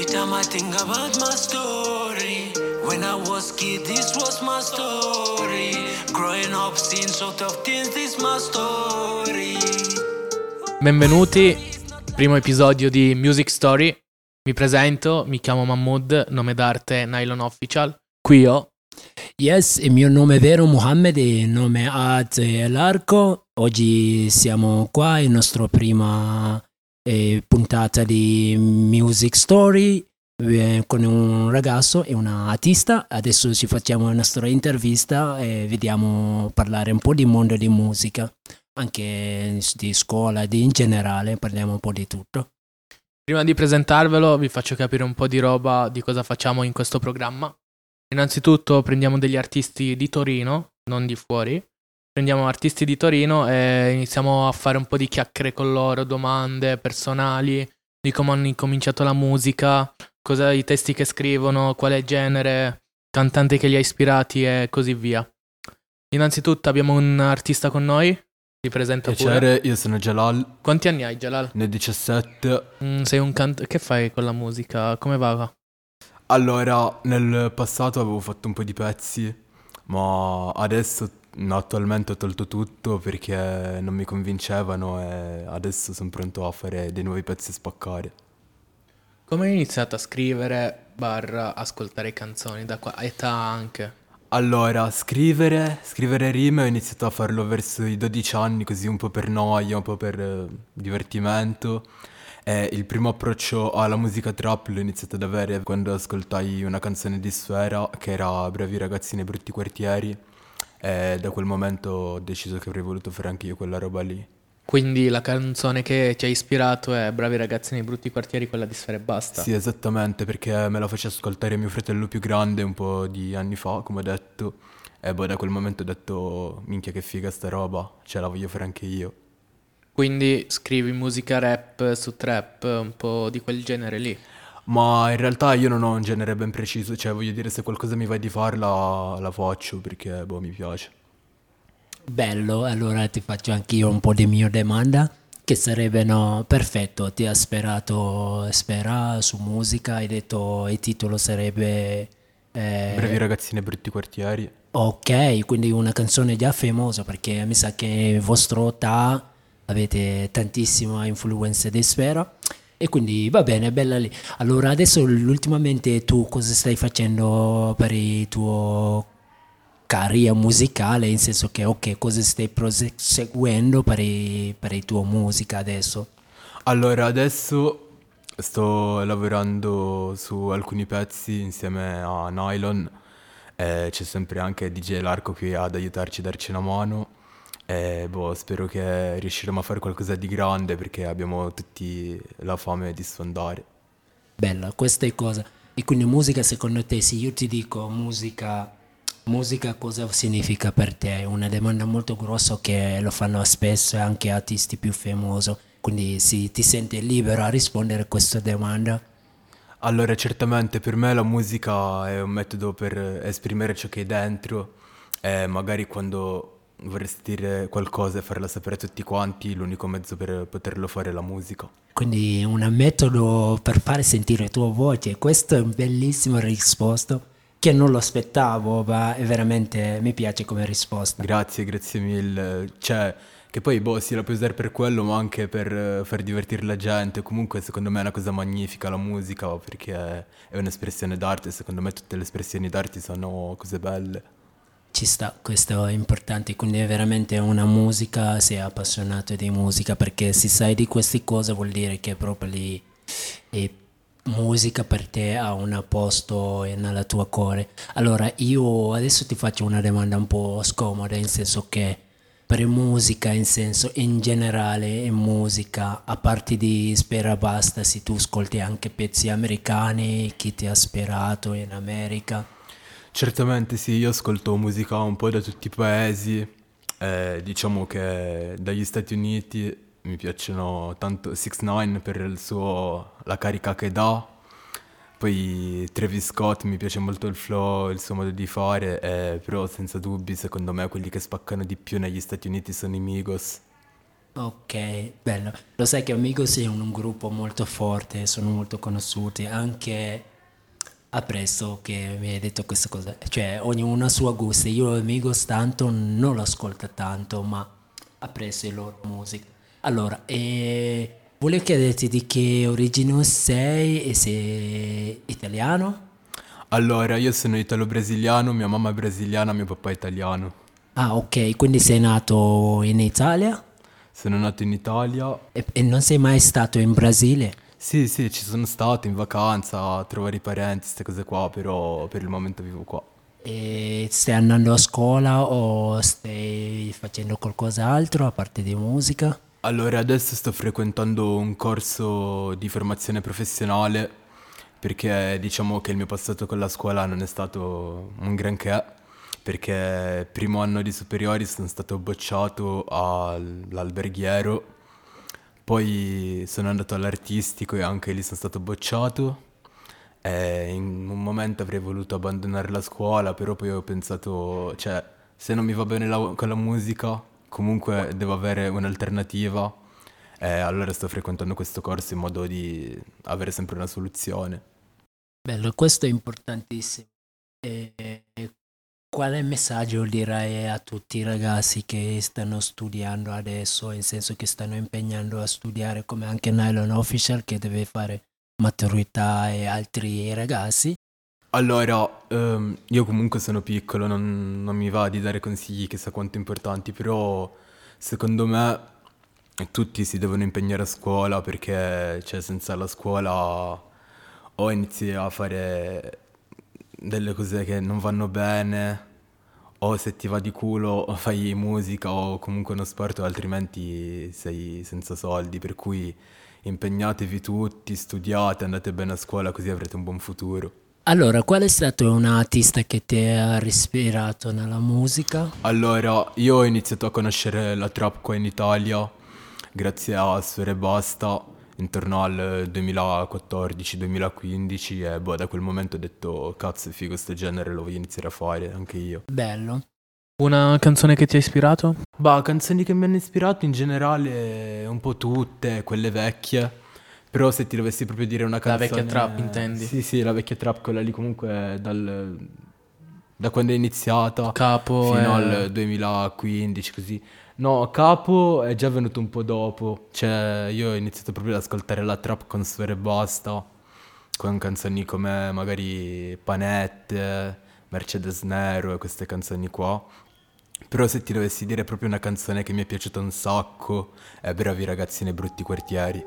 time I think about my story. When I was kid, this was my story. Growing up, seeing sort of things, this my story. Benvenuti, primo episodio di Music Story. Mi presento, mi chiamo Mahmood, nome d'arte Nylon Official. Qui ho Yes, il mio nome è vero Mohammed e il nome art è Larco. Oggi siamo qua in nostra prima puntata di Music Story con un ragazzo e una artista. Adesso ci facciamo la nostra intervista e vediamo parlare un po' di mondo di musica, anche di scuola, in generale, parliamo un po' di tutto. Prima di presentarvelo vi faccio capire un po' di roba di cosa facciamo in questo programma. Innanzitutto prendiamo degli artisti di Torino, non di fuori. Prendiamo artisti di Torino e iniziamo a fare un po' di chiacchiere con loro, domande personali, di come hanno incominciato la musica, cosa i testi che scrivono, quale genere, cantante che li ha ispirati e così via. Innanzitutto abbiamo un artista con noi, ti presento Piacere, pure. io sono Jalal. Quanti anni hai, Jalal? Ne ho 17. Sei un cantante, che fai con la musica? Come va? Allora, nel passato avevo fatto un po' di pezzi, ma adesso attualmente ho tolto tutto perché non mi convincevano e adesso sono pronto a fare dei nuovi pezzi e spaccare. Come hai iniziato a scrivere / ascoltare canzoni? Da qua età anche? Allora, scrivere rime ho iniziato a farlo verso i 12 anni, così un po' per noia, un po' per divertimento. E il primo approccio alla musica trap l'ho iniziato ad avere quando ascoltai una canzone di Sfera che era Bravi ragazzi nei brutti quartieri, e da quel momento ho deciso che avrei voluto fare anche io quella roba lì. Quindi la canzone che ti ha ispirato è Bravi ragazzi nei brutti quartieri, quella di Sfera e Basta? Sì, esattamente, perché me la fece ascoltare mio fratello più grande un po' di anni fa, come ho detto, e poi da quel momento ho detto minchia che figa sta roba, ce la voglio fare anche io. Quindi scrivi musica rap su trap, un po' di quel genere lì? Ma in realtà io non ho un genere ben preciso, cioè voglio dire se qualcosa mi va di farla la faccio perché boh mi piace. Bello, allora ti faccio anch'io un po' di mia domanda, che sarebbe, no, perfetto, ti ha spera su musica, hai detto il titolo sarebbe... Bravi ragazzi nei brutti quartieri. Ok, quindi una canzone già famosa, perché mi sa che in vostra età avete tantissima influenza di Sfera, e quindi va bene, bella lì. Allora adesso ultimamente tu cosa stai facendo per il tuo carriera musicale, in senso che ok, cosa stai proseguendo per il tuo musica adesso? Allora adesso sto lavorando su alcuni pezzi insieme a Nylon, e c'è sempre anche DJ Larco qui ad aiutarci, darci una mano, e boh, spero che riusciremo a fare qualcosa di grande perché abbiamo tutti la fame di sfondare. Bella, questa è cosa. E quindi musica, secondo te, se io ti dico musica cosa significa per te? È una domanda molto grossa che lo fanno spesso anche artisti più famosi. Quindi se ti senti libero a rispondere a questa domanda. Allora, certamente per me la musica è un metodo per esprimere ciò che hai dentro e magari quando vorresti dire qualcosa e farla sapere a tutti quanti, l'unico mezzo per poterlo fare è la musica. Quindi un metodo per fare sentire la tua voce. Questa è una bellissima risposta che non lo aspettavo, ma è veramente mi piace come risposta. Grazie mille. Cioè, che poi boh, sì, la puoi usare per quello, ma anche per far divertire la gente. Comunque, secondo me è una cosa magnifica la musica, perché è un'espressione d'arte. Secondo me tutte le espressioni d'arte sono cose belle. Ci sta, questo è importante, quindi è veramente una musica, sei appassionato di musica, perché se sai di queste cose vuol dire che proprio lì è musica per te ha un posto nella tua cuore. Allora io adesso ti faccio una domanda un po' scomoda, in senso che per musica, in senso in generale, in musica, a parte di Spera Basta, se tu ascolti anche pezzi americani, chi ti ha ispirato in America? Certamente sì, io ascolto musica un po' da tutti i paesi, diciamo che dagli Stati Uniti mi piacciono tanto 6ix9ine per la carica che dà, poi Travis Scott mi piace molto il flow, il suo modo di fare, però senza dubbi secondo me quelli che spaccano di più negli Stati Uniti sono i Migos. Ok, bello. Lo sai che Amigos è un gruppo molto forte, sono molto conosciuti, anche appresso che mi hai detto questa cosa, cioè ognuno ha i suoi gusti, io Amigos tanto non lo ascolto tanto, ma apprezzo la loro musica. Allora, volevo chiederti di che origine sei e sei italiano? Allora, io sono italo-brasiliano, mia mamma è brasiliana, mio papà è italiano. Ah, ok, quindi sei nato in Italia Sono nato in Italia. e non sei mai stato in Brasile? Sì, sì, ci sono stato in vacanza a trovare i parenti, queste cose qua, però per il momento vivo qua. E stai andando a scuola o stai facendo qualcos'altro a parte di musica? Allora, adesso sto frequentando un corso di formazione professionale perché diciamo che il mio passato con la scuola non è stato un granché, perché primo anno di superiori sono stato bocciato all'alberghiero, poi sono andato all'artistico e anche lì sono stato bocciato. E in un momento avrei voluto abbandonare la scuola, però poi ho pensato, cioè, se non mi va bene con la musica, comunque devo avere un'alternativa. E allora sto frequentando questo corso in modo di avere sempre una soluzione. Bello, questo è importantissimo. E quale messaggio dirai a tutti i ragazzi che stanno studiando adesso, in senso che stanno impegnando a studiare come anche Nylon Official che deve fare maturità e altri ragazzi? Allora, io comunque sono piccolo, non mi va di dare consigli chissà quanto importanti, però secondo me tutti si devono impegnare a scuola perché, cioè, senza la scuola o inizi a fare delle cose che non vanno bene, o se ti va di culo fai musica o comunque uno sport, o altrimenti sei senza soldi, per cui impegnatevi tutti, studiate, andate bene a scuola così avrete un buon futuro. Allora, qual è stato un artista che ti ha ispirato nella musica? Allora, io ho iniziato a conoscere la trap qua in Italia grazie a Sfera Ebbasta intorno al 2014-2015 e boh, da quel momento ho detto cazzo è figo sto genere, lo voglio iniziare a fare anche io. Bello. Una canzone che ti ha ispirato? Bah, canzoni che mi hanno ispirato in generale un po' tutte, quelle vecchie. Però se ti dovessi proprio dire una La canzone... vecchia trap, intendi? Sì, sì, la vecchia trap, quella lì comunque da quando è iniziata Capo fino e- al 2015, così. No, Capo è già venuto un po' dopo. Cioè, io ho iniziato proprio ad ascoltare la trap con Sfera Ebbasta, con canzoni come magari Panette, Mercedes Nero e queste canzoni qua. Però se ti dovessi dire proprio una canzone che mi è piaciuta un sacco è Bravi ragazzi nei brutti quartieri.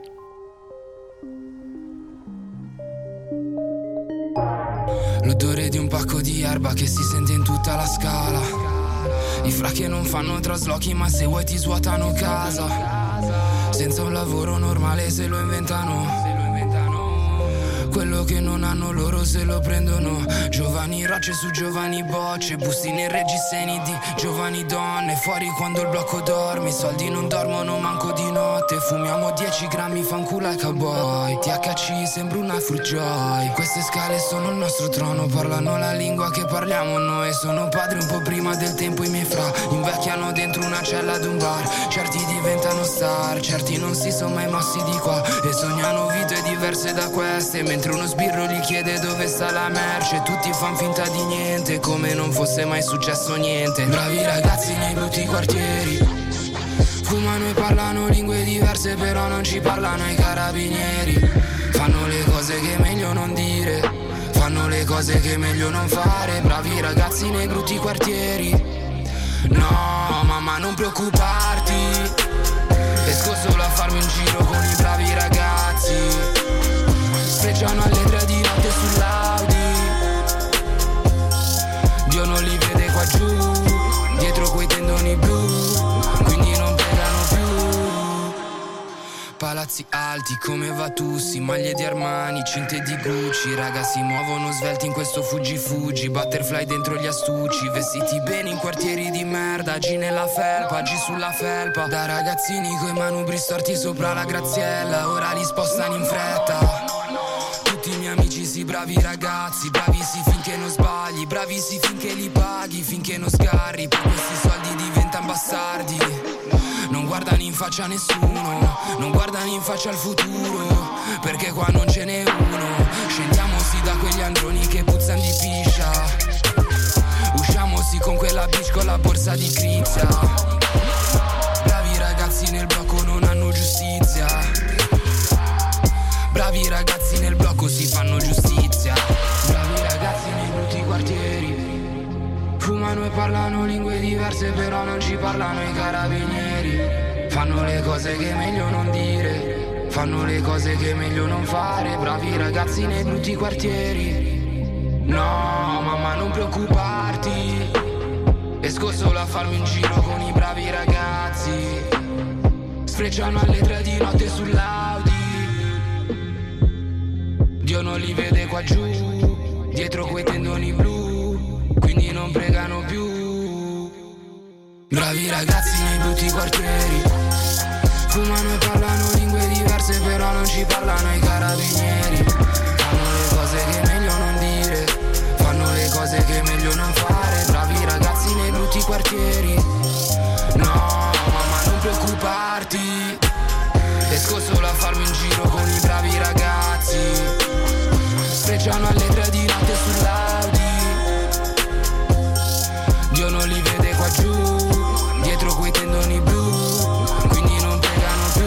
L'odore di un pacco di erba che si sente in tutta la scala. I fra che non fanno traslochi ma se vuoi ti svuotano casa. Senza un lavoro normale se lo inventano. Quello che non hanno loro se lo prendono. Giovani rocce su giovani bocce, bustine e reggiseni di giovani donne. Fuori quando il blocco dorme, i soldi non dormono manco di notte. Fumiamo 10 grammi, fanculo ai cowboy. THC sembra una fruit joy. Queste scale sono il nostro trono, parlano la lingua che parliamo noi. Sono padre un po' prima del tempo, i miei fra invecchiano dentro una cella ad un bar. Certi diventano star, certi non si sono mai mossi di qua e sognano vite diverse da queste. Mentre uno sbirro gli chiede dove sta la merce, tutti fan finta di niente, come non fosse mai successo niente. Bravi ragazzi nei brutti quartieri, fumano e parlano lingue diverse, però non ci parlano i carabinieri. Fanno le cose che è meglio non dire, fanno le cose che è meglio non fare. Bravi ragazzi nei brutti quartieri. No, mamma non preoccuparti, esco solo a farmi un giro con i bravi ragazzi. Sfrecciano alle 3 di notte sull'Audi. Dio non li vede qua giù, dietro quei tendoni blu, quindi non pregano più. Palazzi alti come Vatussi, maglie di Armani, cinte di Gucci. Raga si muovono svelti in questo fuggi. Butterfly dentro gli astucci, vestiti bene in quartieri di merda. Agi nella felpa, agi sulla felpa. Da ragazzini coi manubri storti sopra la graziella, ora li spostano in fretta. Tutti i miei amici sì, bravi ragazzi, bravissimi finché non sbagli, bravissimi finché li paghi, finché non sgarri, per questi soldi diventano bastardi. Non guardano in faccia a nessuno, non guardano in faccia al futuro, perché qua non ce n'è uno. Scendiamo sì da quegli androni che puzzano di piscia, usciamo sì con quella bitch con la borsa di Crizia. Bravi ragazzi nel blocco non hanno giustizia, bravi ragazzi nel blocco si fanno giustizia. Bravi ragazzi nei brutti quartieri, fumano e parlano lingue diverse però non ci parlano i carabinieri. Fanno le cose che è meglio non dire, fanno le cose che è meglio non fare. Bravi ragazzi nei brutti quartieri, no mamma non preoccuparti, esco solo a farmi un giro con i bravi ragazzi. Sfrecciano alle 3 di notte sull'Audi, Dio non li vede qua giù, dietro quei tendoni blu, quindi non pregano più. Bravi ragazzi nei brutti quartieri, fumano e parlano lingue diverse però non ci parlano i carabinieri. Fanno le cose che è meglio non dire, fanno le cose che è meglio non fare. Bravi ragazzi nei brutti quartieri, no mamma non preoccuparti, esco solo a farmi un giro con i bravi ragazzi. Sfrecciano alle 3 di notte sull'Audi, Dio non li vede qua giù, dietro quei tendoni blu, quindi non pregano più.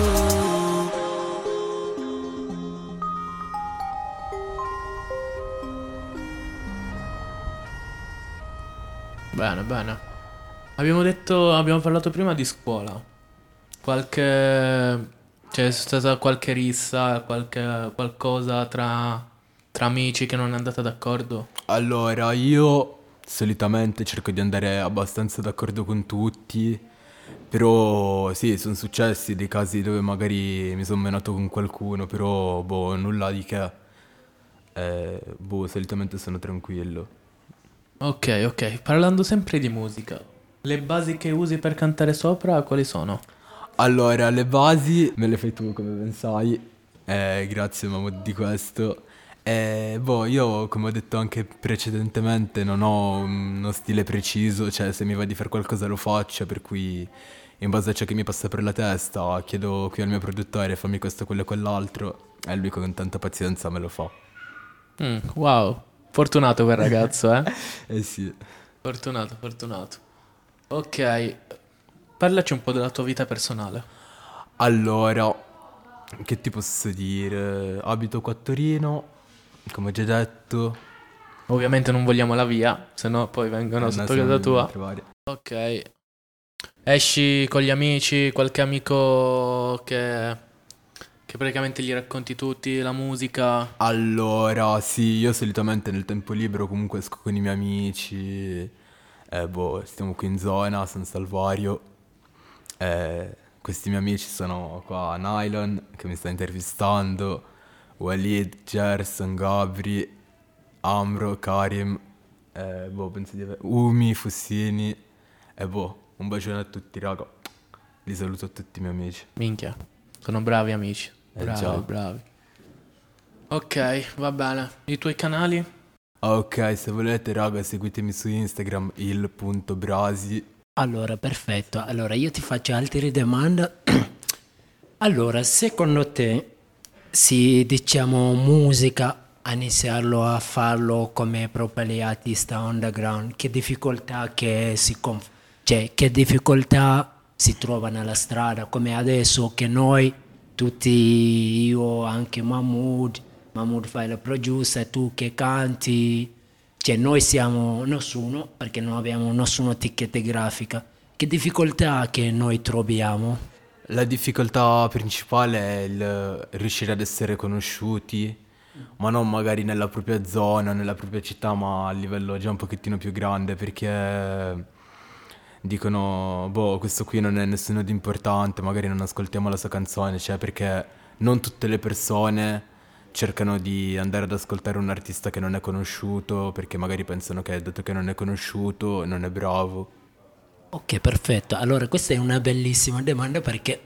Bene, bene. Abbiamo parlato prima di scuola. C'è stata qualche rissa, qualcosa tra amici che non è andata d'accordo? Allora, io solitamente cerco di andare abbastanza d'accordo con tutti, però sì, sono successi dei casi dove magari mi sono menato con qualcuno, però boh, nulla di che. Boh, solitamente sono tranquillo. Ok. Parlando sempre di musica, le basi che usi per cantare sopra, quali sono? Allora, le basi me le fai tu come ben sai, grazie Mahmood di questo. Boh, io come ho detto anche precedentemente non ho uno stile preciso, cioè se mi va di fare qualcosa lo faccio, per cui in base a ciò che mi passa per la testa chiedo qui al mio produttore fammi questo, quello e quell'altro, e lui con tanta pazienza me lo fa. Wow, fortunato quel ragazzo, eh? Eh sì. Fortunato. Ok, parlaci un po' della tua vita personale. Allora, che ti posso dire? Abito qua a Torino, come ho già detto. Ovviamente non vogliamo la via, se no poi vengono sotto se non casa mi tua. trovare. Ok. Esci con gli amici, qualche amico che praticamente gli racconti tutti la musica? Allora, sì, io solitamente nel tempo libero comunque esco con i miei amici. Boh, stiamo qui in zona, a San Salvario. Questi miei amici sono qua a Nylon, che mi sta intervistando. Walid, Gerson, Gabri, Amro, Karim. Boh, penso di avere... Umi, Fussini. Boh, un bacione a tutti, raga. Li saluto a tutti i miei amici. Minchia, sono bravi amici. Già. Bravi. Ok, va bene. I tuoi canali? Ok, se volete, raga, seguitemi su Instagram, il.brasi. Allora, perfetto. Allora, io ti faccio altre domande. Allora, secondo te, se diciamo musica, a iniziarlo a farlo come proprio gli artisti underground, che difficoltà che difficoltà si trova nella strada, come adesso che noi, tutti, io, anche Mahmood fai la producer, tu che canti, cioè noi siamo nessuno, perché non abbiamo nessuna etichetta grafica. Che difficoltà che noi troviamo? La difficoltà principale è il riuscire ad essere conosciuti, ma non magari nella propria zona, nella propria città, ma a livello già un pochettino più grande, perché dicono, boh, questo qui non è nessuno di importante, magari non ascoltiamo la sua canzone, cioè perché non tutte le persone cercano di andare ad ascoltare un artista che non è conosciuto, perché magari pensano che dato che non è conosciuto non è bravo. Ok, perfetto. Allora, questa è una bellissima domanda perché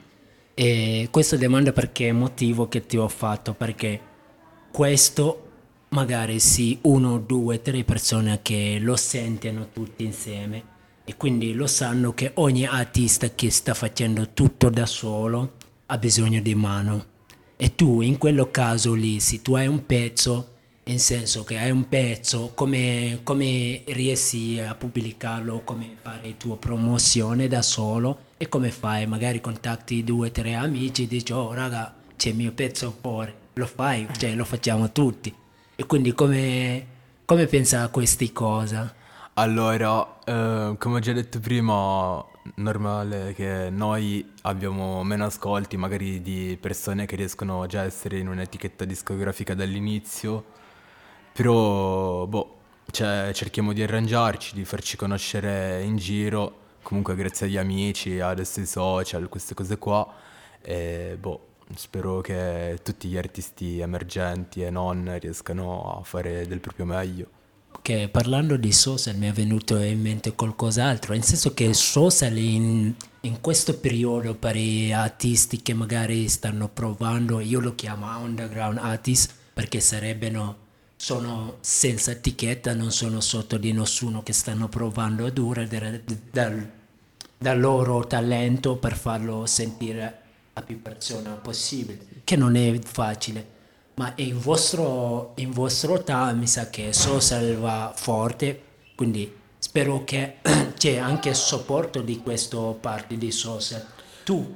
questa domanda perché è il motivo che ti ho fatto, perché questo magari sì, uno, due, tre persone che lo sentono tutti insieme e quindi lo sanno che ogni artista che sta facendo tutto da solo ha bisogno di mano. E tu in quello caso lì, se tu hai un pezzo, in senso che hai un pezzo, come riesci a pubblicarlo, come fare la tua promozione da solo e come fai? Magari contatti 2 o 3 amici e dici, oh raga, c'è il mio pezzo fuori, lo fai, cioè lo facciamo tutti. E quindi come pensa a queste cose? Allora, come ho già detto prima, normale che noi abbiamo meno ascolti magari di persone che riescono già a essere in un'etichetta discografica dall'inizio, però boh, cioè, cerchiamo di arrangiarci, di farci conoscere in giro, comunque grazie agli amici, adesso i social, queste cose qua, e boh, spero che tutti gli artisti emergenti e non riescano a fare del proprio meglio. Che parlando di social mi è venuto in mente qualcos'altro, nel senso che il social in questo periodo per gli artisti che magari stanno provando, io lo chiamo underground artist perché sono senza etichetta, non sono sotto di nessuno, che stanno provando a dare dal loro talento per farlo sentire a più persone possibile, che non è facile. Ma in vostro età mi sa che social va forte, quindi spero che c'è anche supporto di questo parte di social. Tu,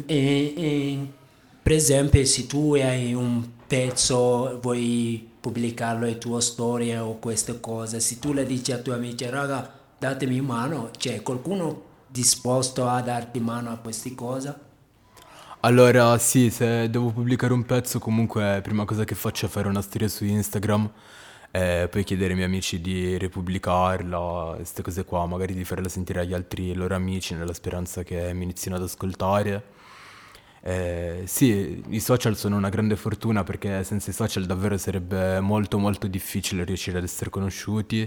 per esempio, se tu hai un pezzo, vuoi pubblicarlo in tua storia o queste cose, se tu le dici ai tuoi amici, raga, datemi mano, c'è qualcuno disposto a darti mano a queste cose? Allora, sì, se devo pubblicare un pezzo, comunque, prima cosa che faccio è fare una storia su Instagram e poi chiedere ai miei amici di ripubblicarla, queste cose qua, magari di farla sentire agli altri loro amici nella speranza che mi inizino ad ascoltare. Sì, i social sono una grande fortuna perché senza i social davvero sarebbe molto molto difficile riuscire ad essere conosciuti.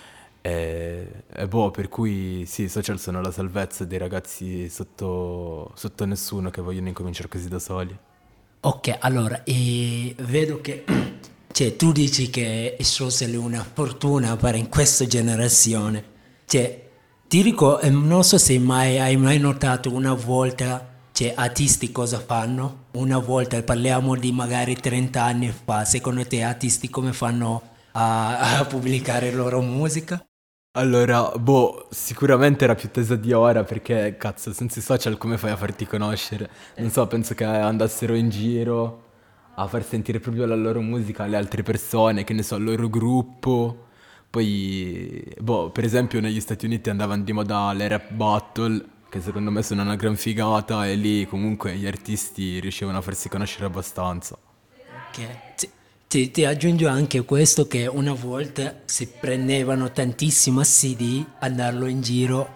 E boh, per cui sì, i social sono la salvezza dei ragazzi sotto nessuno che vogliono incominciare così da soli. Ok, allora, vedo che cioè, tu dici che il social è una fortuna per in questa generazione. Cioè, ti ricordo, non so se hai mai notato una volta, cioè, artisti cosa fanno? Una volta, parliamo di magari 30 anni fa, secondo te artisti come fanno a pubblicare la loro musica? Allora, boh, sicuramente era più tesa di ora perché, cazzo, senza i social come fai a farti conoscere? Non so, penso che andassero in giro a far sentire proprio la loro musica alle altre persone, che ne so, il loro gruppo. Poi, boh, per esempio negli Stati Uniti andavano di moda le rap battle, che secondo me sono una gran figata, e lì comunque gli artisti riuscivano a farsi conoscere abbastanza. Che ti aggiungo anche questo che una volta si prendevano tantissimo CD, andarlo in giro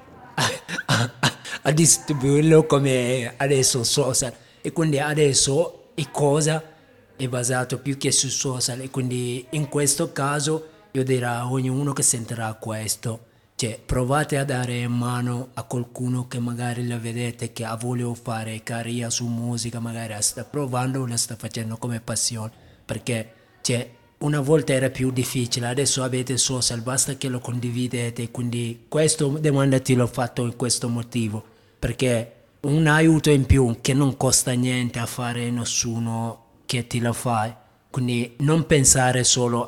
a distribuirlo come adesso social, e quindi adesso è cosa è basato più che su social, e quindi in questo caso io dirò a ognuno che sentirà questo, cioè provate a dare mano a qualcuno che magari la vedete che ha voluto fare carriera su musica, magari la sta provando o la sta facendo come passione, perché cioè, una volta era più difficile, adesso avete social, basta che lo condividete, quindi questo domanda te l'ho fatto in questo motivo, perché un aiuto in più che non costa niente a fare nessuno che ti lo fa, quindi non pensare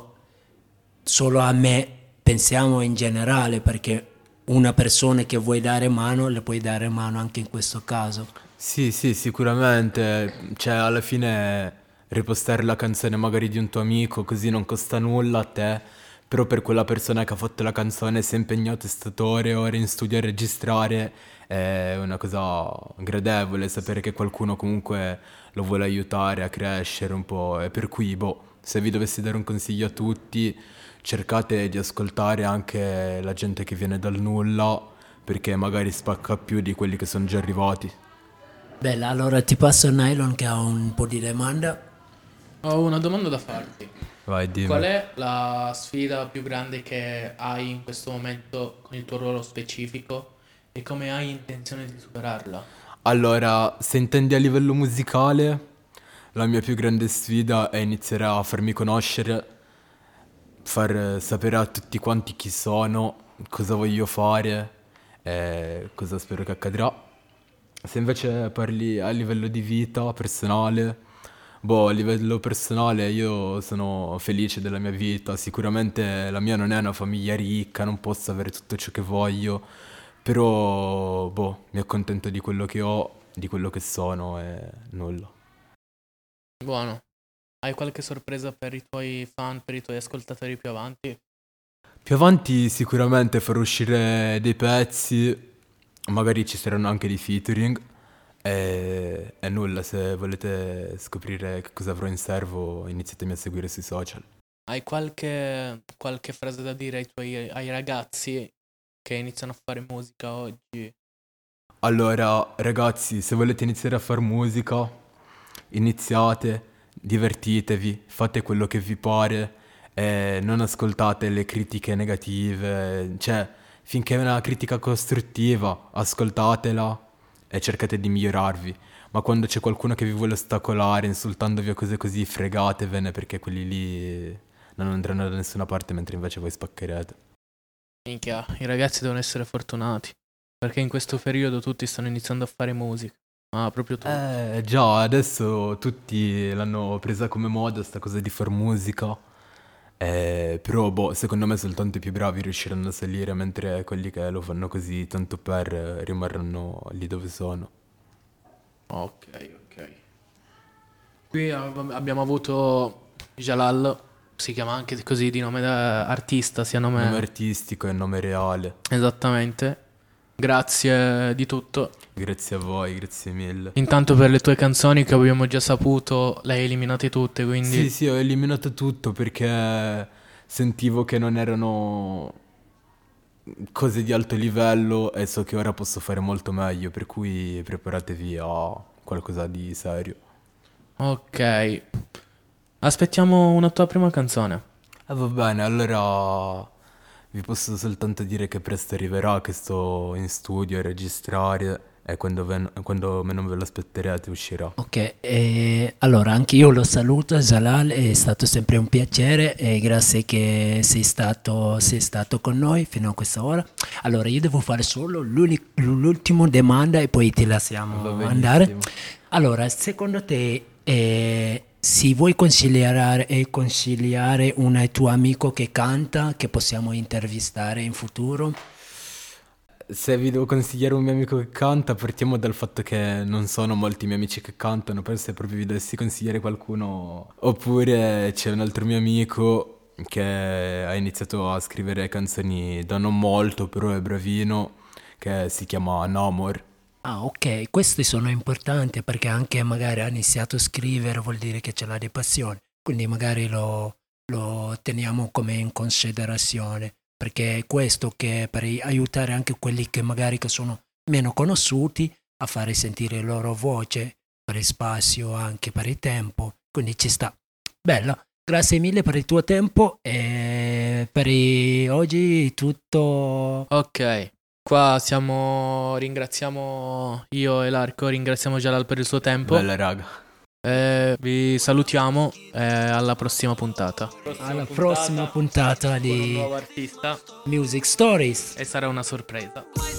solo a me, pensiamo in generale, perché una persona che vuoi dare mano, le puoi dare mano anche in questo caso. Sì, sì, sicuramente. Cioè, alla fine ripostare la canzone magari di un tuo amico così non costa nulla a te, però per quella persona che ha fatto la canzone si è impegnato, è stato ore e ore in studio a registrare, è una cosa gradevole sapere che qualcuno comunque lo vuole aiutare a crescere un po', e per cui, boh, se vi dovessi dare un consiglio a tutti, cercate di ascoltare anche la gente che viene dal nulla, perché magari spacca più di quelli che sono già arrivati. Bella, allora ti passo il nylon che ha un po' di domanda. Ho una domanda da farti. Vai, Qual dimmi. è la sfida più grande che hai in questo momento con il tuo ruolo specifico e come hai intenzione di superarla? Allora, se intendi a livello musicale, la mia più grande sfida è iniziare a farmi conoscere, far sapere a tutti quanti chi sono, cosa voglio fare, e cosa spero che accadrà. Se invece parli a livello di vita personale, boh, a livello personale io sono felice della mia vita, sicuramente la mia non è una famiglia ricca, non posso avere tutto ciò che voglio, però, boh, mi accontento di quello che ho, di quello che sono e nulla. Buono. Hai qualche sorpresa per i tuoi fan, per i tuoi ascoltatori più avanti? Più avanti sicuramente farò uscire dei pezzi, magari ci saranno anche dei featuring e nulla, se volete scoprire che cosa avrò in serbo iniziatemi a seguire sui social. Hai qualche frase da dire ai ragazzi che iniziano a fare musica oggi? Allora ragazzi, se volete iniziare a fare musica, iniziate, divertitevi, fate quello che vi pare e non ascoltate le critiche negative, cioè finché è una critica costruttiva, ascoltatela e cercate di migliorarvi. Ma quando c'è qualcuno che vi vuole ostacolare, insultandovi o cose così, fregatevene perché quelli lì non andranno da nessuna parte mentre invece voi spaccherete. Minchia, i ragazzi devono essere fortunati, perché in questo periodo tutti stanno iniziando a fare musica. Ma proprio tutti. Già, adesso tutti l'hanno presa come moda sta cosa di far musica. Però, boh, secondo me soltanto i più bravi riusciranno a salire, mentre quelli che lo fanno così tanto per rimarranno lì dove sono. Ok. Qui abbiamo avuto Jalal, si chiama anche così di nome da artista, sia Nome nome... artistico e nome reale. Esattamente. Grazie di tutto. Grazie a voi, grazie mille. Intanto per le tue canzoni che abbiamo già saputo, le hai eliminate tutte, quindi... Sì, ho eliminato tutto perché sentivo che non erano cose di alto livello e so che ora posso fare molto meglio, per cui preparatevi a qualcosa di serio. Ok. Aspettiamo una tua prima canzone. Va bene, allora vi posso soltanto dire che presto arriverà, che sto in studio a registrare e quando me non ve lo aspetterete uscirà. Ok, allora anche io lo saluto, Jalal, è stato sempre un piacere e grazie che sei stato con noi fino a questa ora. Allora io devo fare solo l'ultima domanda e poi ti lasciamo Va andare. benissimo. Allora, secondo te si vuoi consigliare un tuo amico che canta, che possiamo intervistare in futuro? Se vi devo consigliare un mio amico che canta, partiamo dal fatto che non sono molti i miei amici che cantano, però se proprio vi dovessi consigliare qualcuno, oppure c'è un altro mio amico che ha iniziato a scrivere canzoni da non molto, però è bravino, che si chiama Namor. Ah, ok, questi sono importanti perché anche magari ha iniziato a scrivere, vuol dire che ce l'ha di passione, quindi magari lo teniamo come in considerazione, perché è questo che per aiutare anche quelli che magari che sono meno conosciuti a fare sentire la loro voce, per il spazio, anche per il tempo, quindi ci sta. Bella, grazie mille per il tuo tempo e oggi tutto. Ok. Qua ringraziamo io e l'Arco, ringraziamo Jalal per il suo tempo. Bella raga. Vi salutiamo e alla prossima puntata. Alla prossima puntata con un di nuovo artista Music Stories. e sarà una sorpresa.